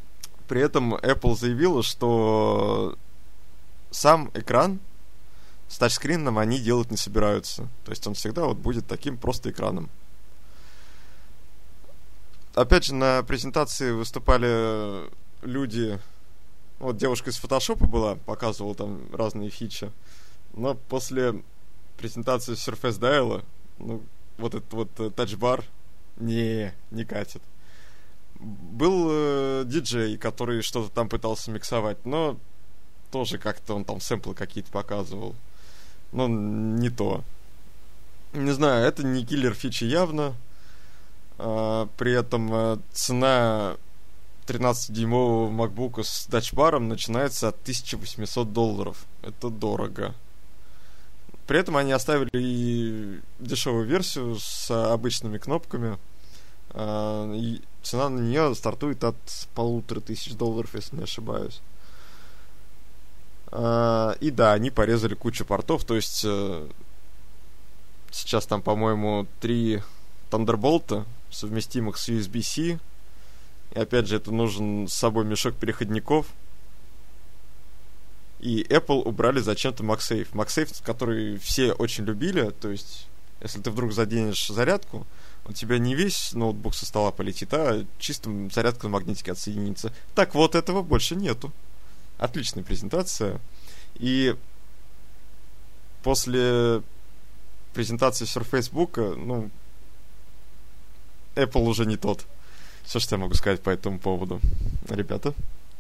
При этом Apple заявила, что сам экран с тачскрином они делать не собираются. То есть он всегда вот будет таким просто экраном. Опять же, на презентации выступали люди... Вот девушка из фотошопа была, показывала там разные фичи. Но после презентации Surface Dial, ну, вот этот вот тачбар, не, не катит. Был э, диджей, который что-то там пытался миксовать, но тоже как-то он там сэмплы какие-то показывал. Но не то. Не знаю, это не киллер фичи явно. А, при этом а, цена тринадцатидюймового MacBook с тачбаром начинается от тысяча восемьсот долларов. Это дорого. При этом они оставили и дешевую версию с обычными кнопками. А, и цена на нее стартует от полутора тысяч долларов, если не ошибаюсь. А, и да, они порезали кучу портов. То есть а, сейчас там, по-моему, три Thunderbolt, совместимых с ю эс би-C. И опять же, это нужен с собой мешок переходников. И Apple убрали зачем-то MagSafe. MagSafe, который все очень любили. То есть, если ты вдруг заденешь зарядку, у тебя не весь ноутбук со стола полетит, а чисто зарядка на магнитике отсоединится. Так вот, этого больше нету. Отличная презентация. И после презентации Surface Book, ну, Apple уже не тот. Все, что я могу сказать по этому поводу. Ребята?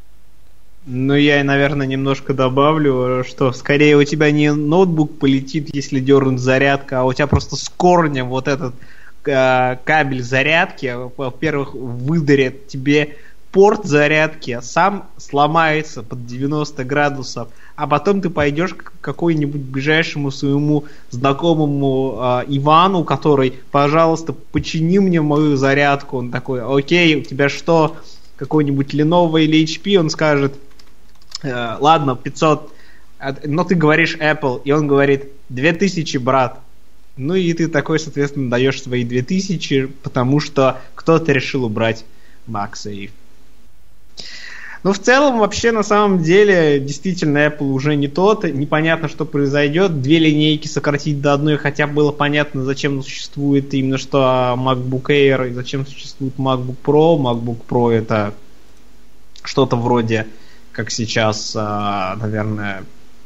Ну, я, наверное, немножко добавлю, что скорее у тебя не ноутбук полетит, если дернуть зарядка, а у тебя просто с корнем вот этот э, кабель зарядки, во-первых, выдарит тебе порт зарядки, сам сломается под девяносто градусов, а потом ты пойдешь к какой-нибудь ближайшему своему знакомому э, Ивану, который, пожалуйста, почини мне мою зарядку. Он такой, окей, у тебя что, какой-нибудь Lenovo или эйч пи? Он скажет, э, ладно, пятьсот, но ты говоришь Apple, и он говорит, две тысячи, брат. Ну и ты такой, соответственно, даешь свои две тысячи, потому что кто-то решил убрать MagSafe. Ну, в целом, вообще, на самом деле, действительно, Apple уже не тот. Непонятно, что произойдет. Две линейки сократить до одной, хотя было понятно, зачем существует именно что MacBook Air и зачем существует MacBook Pro. MacBook Pro это что-то вроде, как сейчас, наверное...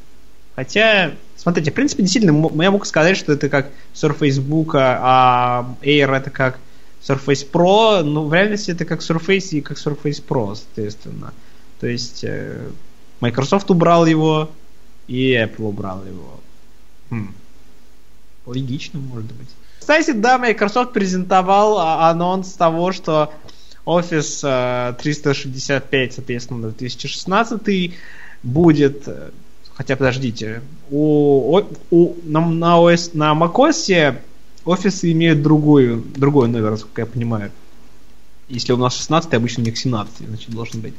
Хотя, смотрите, в принципе, действительно, я мог сказать, что это как Surface Book, а Air это как Surface Pro, но в реальности это как Surface и как Surface Pro, соответственно. То есть э, Microsoft убрал его, и Apple убрал его. Хм. Логично, может быть. Кстати, да, Microsoft презентовал анонс того, что Office триста шестьдесят пять, соответственно, две тысячи шестнадцатый будет... Хотя, подождите, у, у, на, на, о эс, на macOS офисы имеют другой, другой номер, насколько я понимаю. Если у нас шестнадцатый, обычно у них семнадцатый, значит, должен быть.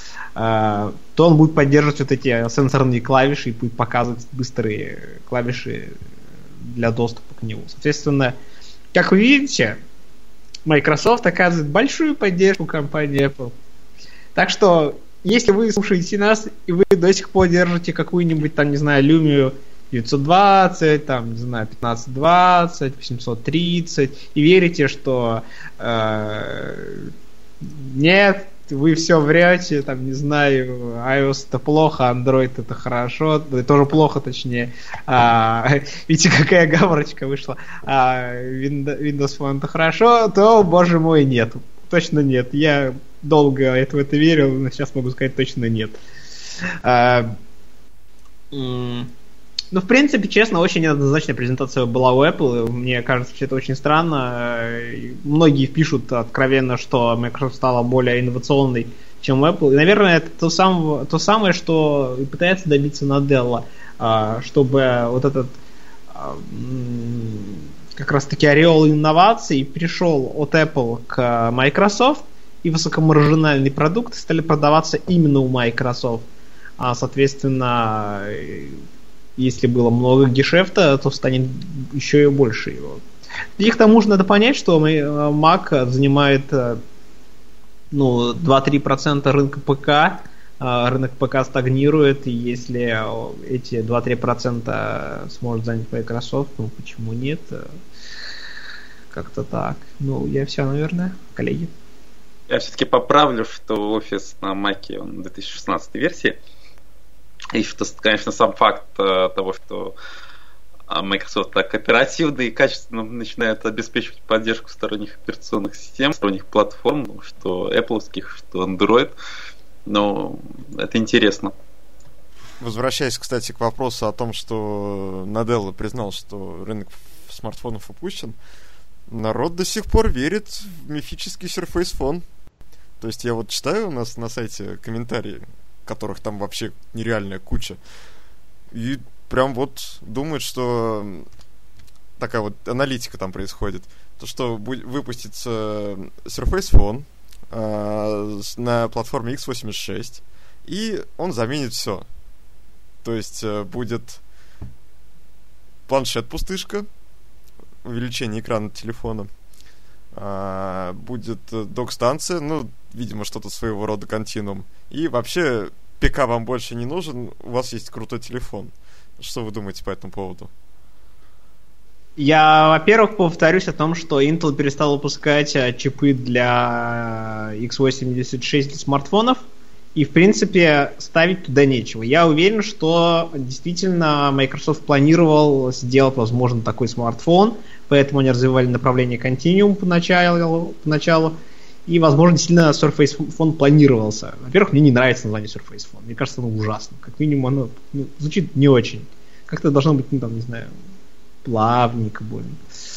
А, то он будет поддерживать вот эти сенсорные клавиши и будет показывать быстрые клавиши для доступа к нему. Соответственно, как вы видите, Microsoft оказывает большую поддержку компании Apple. Так что, если вы слушаете нас, и вы до сих пор держите какую-нибудь, там, не знаю, Lumia девятьсот двадцать, там, не знаю, пятнадцать двадцать, восемьсот тридцать, и верите, что э, нет, вы все врете, там, не знаю, iOS это плохо, Android это хорошо, это тоже плохо, точнее. А, видите, какая оговорочка вышла. А, Windows Phone это хорошо, то, боже мой, нет. Точно нет. Я долго это в это верил, но сейчас могу сказать точно нет. А, м- Ну, в принципе, честно, очень неоднозначная презентация была у Apple. Мне кажется, что это очень странно. Многие пишут откровенно, что Microsoft стала более инновационной, чем Apple. И, наверное, это то самое, то самое, что и пытается добиться Nadella, чтобы вот этот как раз-таки ореол инноваций перешел от Apple к Microsoft, и высокомаржинальные продукты стали продаваться именно у Microsoft. А, соответственно, если было много гешефта, то станет еще и больше его. И к тому же надо понять, что Mac занимает ну, два-три процента рынка ПК, рынок ПК стагнирует, и если эти два-три процента сможет занять Microsoft, ну почему нет? Как-то так. Ну, я все, наверное, коллеги. Я все-таки поправлю, что офис на Mac, он две тысячи шестнадцатой версии. И что, конечно, сам факт того, что Microsoft так оперативно и качественно начинает обеспечивать поддержку сторонних операционных систем, сторонних платформ, что Apple-овских, что Android. Но это интересно. Возвращаясь, кстати, к вопросу о том, что Наделла признал, что рынок смартфонов упущен, народ до сих пор верит в мифический Surface Phone. То есть я вот читаю у нас на сайте комментарии, которых там вообще нереальная куча, и прям вот думают, что такая вот аналитика там происходит. То, что выпустится Surface Phone э, на платформе икс восемьдесят шесть, и он заменит все. То есть э, будет планшет-пустышка, увеличение экрана телефона, э, будет док-станция, ну, видимо, что-то своего рода континуум. И вообще, ПК вам больше не нужен, у вас есть крутой телефон. Что вы думаете по этому поводу? Я, во-первых, повторюсь о том, что Intel перестал выпускать чипы для икс восемьдесят шесть для смартфонов, и, в принципе, ставить туда нечего. Я уверен, что действительно Microsoft планировал сделать, возможно, такой смартфон, поэтому они развивали направление Continuum поначалу, поначалу и, возможно, действительно Surface Phone планировался. Во-первых, мне не нравится название Surface Phone. Мне кажется, оно ужасно. Как минимум, оно ну, звучит не очень. Как-то должно быть, ну, там, не знаю, плавненько больно.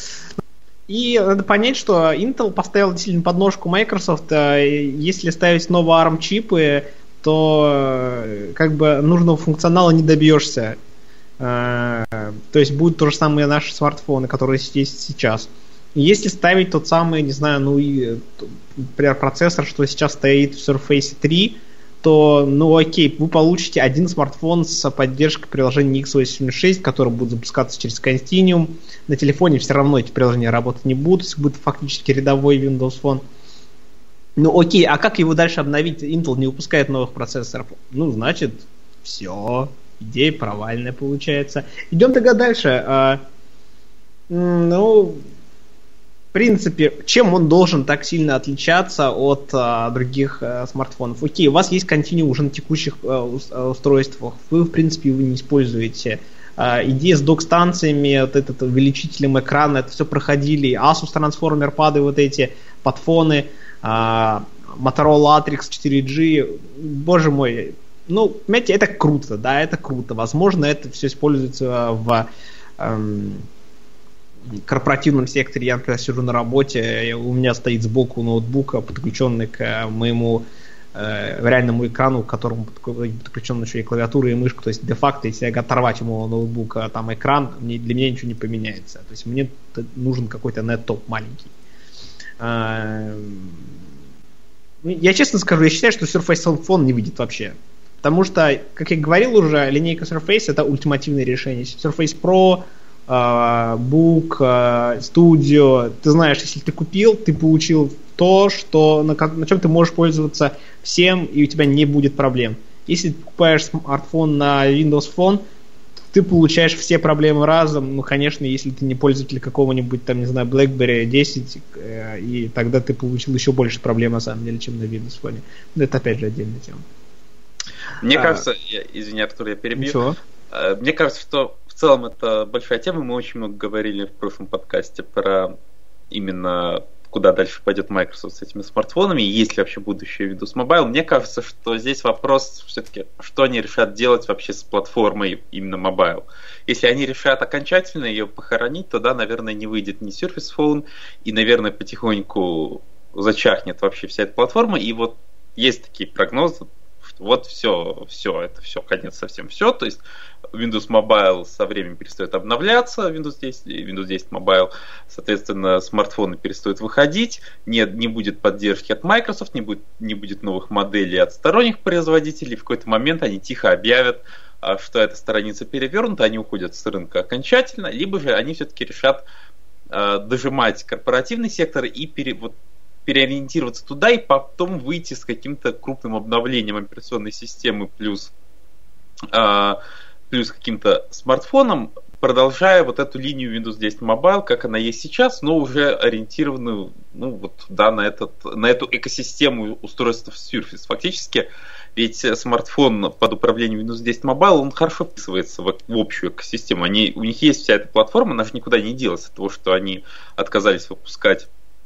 И надо понять, что Intel поставил действительно подножку Microsoft. Если ставить новые арм-чипы, то как бы нужного функционала не добьешься. То есть будут то же самое наши смартфоны, которые есть сейчас. Если ставить тот самый, не знаю, ну, и, например, процессор, что сейчас стоит в Surface три, то, ну, окей, вы получите один смартфон с поддержкой приложения икс восемьдесят шесть, который будет запускаться через Continuum. На телефоне все равно эти приложения работать не будут, если будет фактически рядовой Windows Phone. Ну, окей, а как его дальше обновить? Intel не выпускает новых процессоров. Ну, значит, все, идея провальная получается. Идем тогда дальше. А, ну... В принципе, чем он должен так сильно отличаться от а, других а, смартфонов? Окей, у вас есть Continuum уже на текущих а, устройствах, вы, в принципе, его не используете. А, идея с док-станциями, вот этот увеличителем экрана, это все проходили. Asus Transformer пады, вот эти подфоны, а, Motorola Atrix четыре джи, боже мой, ну, понимаете, это круто, да, это круто. Возможно, это все используется в... Эм, корпоративном секторе. Я, когда сижу на работе, у меня стоит сбоку ноутбука, подключенный к моему э, реальному экрану, к которому подключена еще и клавиатура и мышка. То есть, де-факто, если я оторвать ему ноутбука там экран, мне, для меня ничего не поменяется. То есть, мне нужен какой-то нет-топ маленький. Э, я честно скажу, я считаю, что Surface Phone не выйдет вообще. Потому что, как я говорил уже, линейка Surface — это ультимативное решение. Surface Pro, Book, Studio, ты знаешь, если ты купил, ты получил то, что, на, на чем ты можешь пользоваться всем, и у тебя не будет проблем. Если ты покупаешь смартфон на Windows Phone, ты получаешь все проблемы разом. Ну, конечно, если ты не пользователь какого-нибудь, там, не знаю, BlackBerry десять, и тогда ты получил еще больше проблем, на самом деле, чем на Windows Phone. Но это, опять же, отдельная тема. Мне а, кажется, я, извини, Артур, я перебью. Ничего. Мне кажется, что в целом это большая тема. Мы очень много говорили в прошлом подкасте про именно куда дальше пойдет Microsoft с этими смартфонами, и есть ли вообще будущее Windows Mobile. Мне кажется, что здесь вопрос все-таки, что они решат делать вообще с платформой именно Mobile. Если они решат окончательно ее похоронить, то да, наверное, не выйдет ни Surface Phone, и, наверное, потихоньку зачахнет вообще вся эта платформа. И вот есть такие прогнозы, что вот все, все, это все, конец совсем все. То есть Windows Mobile со временем перестает обновляться, Windows десять, Windows десять Mobile, соответственно, смартфоны перестают выходить, не, не будет поддержки от Microsoft, не будет, не будет новых моделей от сторонних производителей. В какой-то момент они тихо объявят, что эта страница перевернута, они уходят с рынка окончательно, либо же они все-таки решат э, дожимать корпоративный сектор и пере, вот, переориентироваться туда и потом выйти с каким-то крупным обновлением операционной системы плюс, э, плюс каким-то смартфоном, продолжая вот эту линию Windows десять Mobile, как она есть сейчас, но уже ориентированную, ну, вот, да, на, этот, на эту экосистему устройств Surface. Фактически, ведь смартфон под управлением Windows десять Mobile, он хорошо вписывается в, в общую экосистему. Они, у них есть вся эта платформа, она же никуда не делась от того, что они отказались выпускать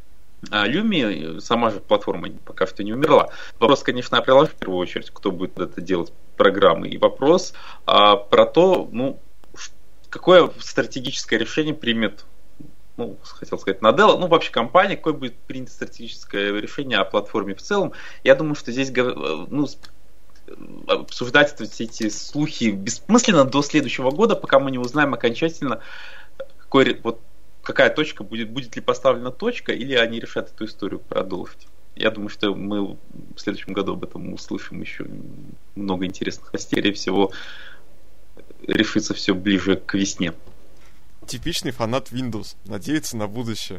Lumia, сама же платформа пока что не умерла. Вопрос, конечно, о приложении в первую очередь, кто будет это делать, программы, и вопрос а, про то, ну, какое стратегическое решение примет, ну, хотел сказать, Nadella, ну, вообще компания, какое будет принято стратегическое решение о платформе в целом. Я думаю, что здесь, ну, обсуждать все эти слухи бессмысленно до следующего года, пока мы не узнаем окончательно, какой, вот, какая точка будет, будет ли поставлена точка, или они решат эту историю продолжить. Я думаю, что мы в следующем году об этом услышим еще много интересных новостей, скорее всего, решится все ближе к весне. Типичный фанат Windows. Надеется на будущее.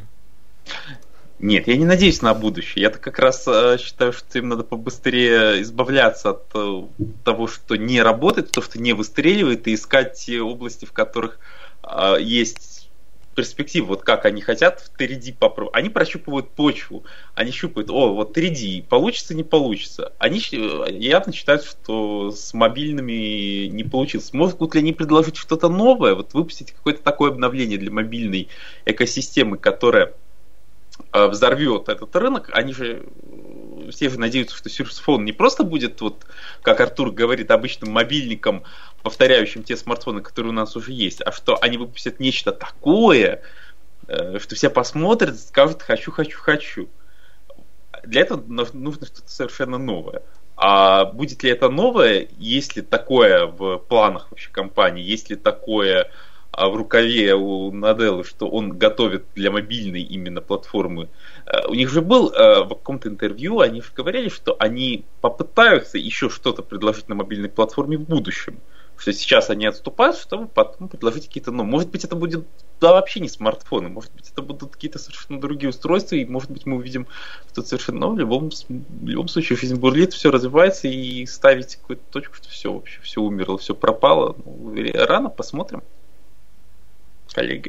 Нет, я не надеюсь на будущее. Я-то как раз э, считаю, что им надо побыстрее избавляться от э, того, что не работает, то, что не выстреливает, и искать те области, в которых э, есть перспективы. Вот как они хотят в три дэ попробовать. Они прощупывают почву. Они щупают, о, вот три дэ, получится, не получится. Они явно считают, что с мобильными не получилось. Могут ли они предложить что-то новое, вот выпустить какое-то такое обновление для мобильной экосистемы, которая взорвет этот рынок. Они же все же надеются, что Surface Phone не просто будет, вот, как Артур говорит, обычным мобильником, повторяющим те смартфоны, которые у нас уже есть, а что они выпустят нечто такое, что все посмотрят и скажут «хочу, хочу, хочу». Для этого нужно что-то совершенно новое. А будет ли это новое, есть ли такое в планах вообще компании, есть ли такое в рукаве у Nadella, что он готовит для мобильной именно платформы. У них же был в каком-то интервью, они же говорили, что они попытаются еще что-то предложить на мобильной платформе в будущем. Что сейчас они отступают, чтобы потом предложить какие-то новые. Может быть, это будет да, вообще не смартфоны, может быть, это будут какие-то совершенно другие устройства, и может быть, мы увидим что-то совершенно новое. В любом, в любом случае, жизнь бурлит, все развивается, и ставить какую-то точку, что все вообще все умерло, все пропало. Ну, рано, посмотрим. Коллеги.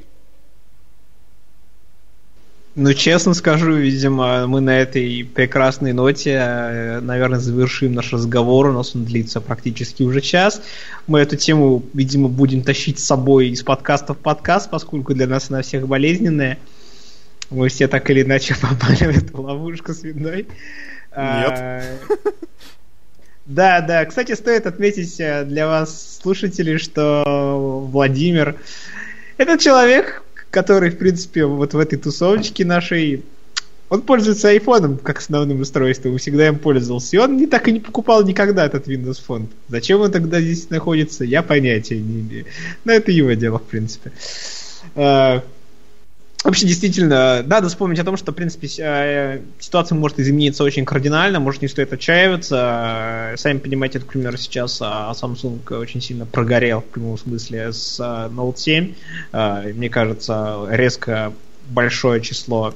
Ну, честно скажу, видимо, мы на этой прекрасной ноте, наверное, завершим наш разговор. У нас он длится практически уже час. Мы эту тему, видимо, будем тащить с собой из подкаста в подкаст, поскольку для нас она всех болезненная. Мы все так или иначе попали в эту ловушку свиной. Нет. Да, да. Кстати, стоит отметить для вас, слушатели, что Владимир — это человек, который, в принципе, вот в этой тусовочке нашей, он пользуется айфоном как основным устройством, и всегда им пользовался. И он не так и не покупал никогда этот Windows Phone. Зачем он тогда здесь находится, я понятия не имею. Но это его дело, в принципе. Вообще, действительно, надо вспомнить о том, что, в принципе, ситуация может измениться очень кардинально, может, не стоит отчаиваться. Сами понимаете, к примеру, сейчас Samsung очень сильно прогорел, в прямом смысле, с Note семь. Мне кажется, резко большое число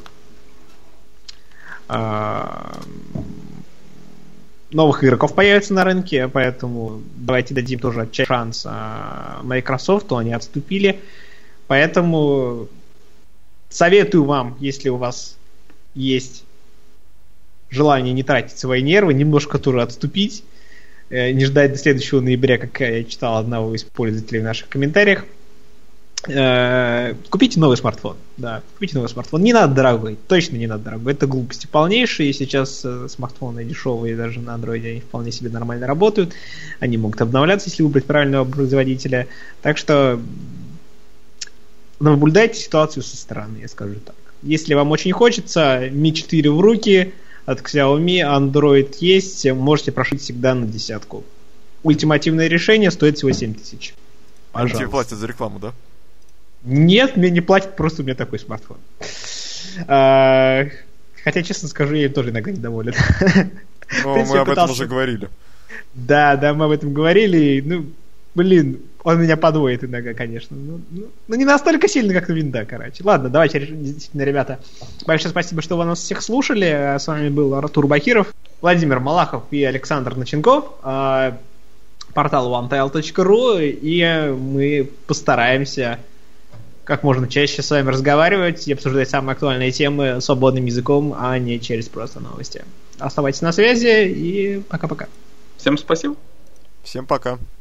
новых игроков появится на рынке, поэтому давайте дадим тоже шанс Microsoft, они отступили. Поэтому советую вам, если у вас есть желание не тратить свои нервы, немножко тоже отступить, не ждать до следующего ноября, как я читал одного из пользователей в наших комментариях. Купите новый смартфон. Да, купите новый смартфон. Не надо дорогой, точно не надо дорогой. Это глупости полнейшие. Сейчас смартфоны дешевые, даже на Android, они вполне себе нормально работают. Они могут обновляться, если выбрать правильного производителя. Так что наблюдайте ситуацию со стороны, я скажу так. Если вам очень хочется, ми четыре в руки от Xiaomi, Android есть, можете прошить всегда на десятку. Ультимативное решение стоит всего семь тысяч. Пожалуйста. Тебе платят за рекламу, да? Нет, мне не платят, просто у меня такой смартфон. Хотя, честно скажу, я им тоже иногда недоволен. Но мы об этом уже говорили. Да, да, мы об этом говорили. Ну, блин, Он меня подводит иногда, конечно. Ну, ну, ну не настолько сильно, как на винда, короче. Ладно, давайте, действительно, ребята. Большое спасибо, что вы нас всех слушали. С вами был Артур Бакиров, Владимир Малахов и Александр Наченков. Портал one tile точка ru. И мы постараемся как можно чаще с вами разговаривать и обсуждать самые актуальные темы свободным языком, а не через просто новости. Оставайтесь на связи и пока-пока. Всем спасибо. Всем пока.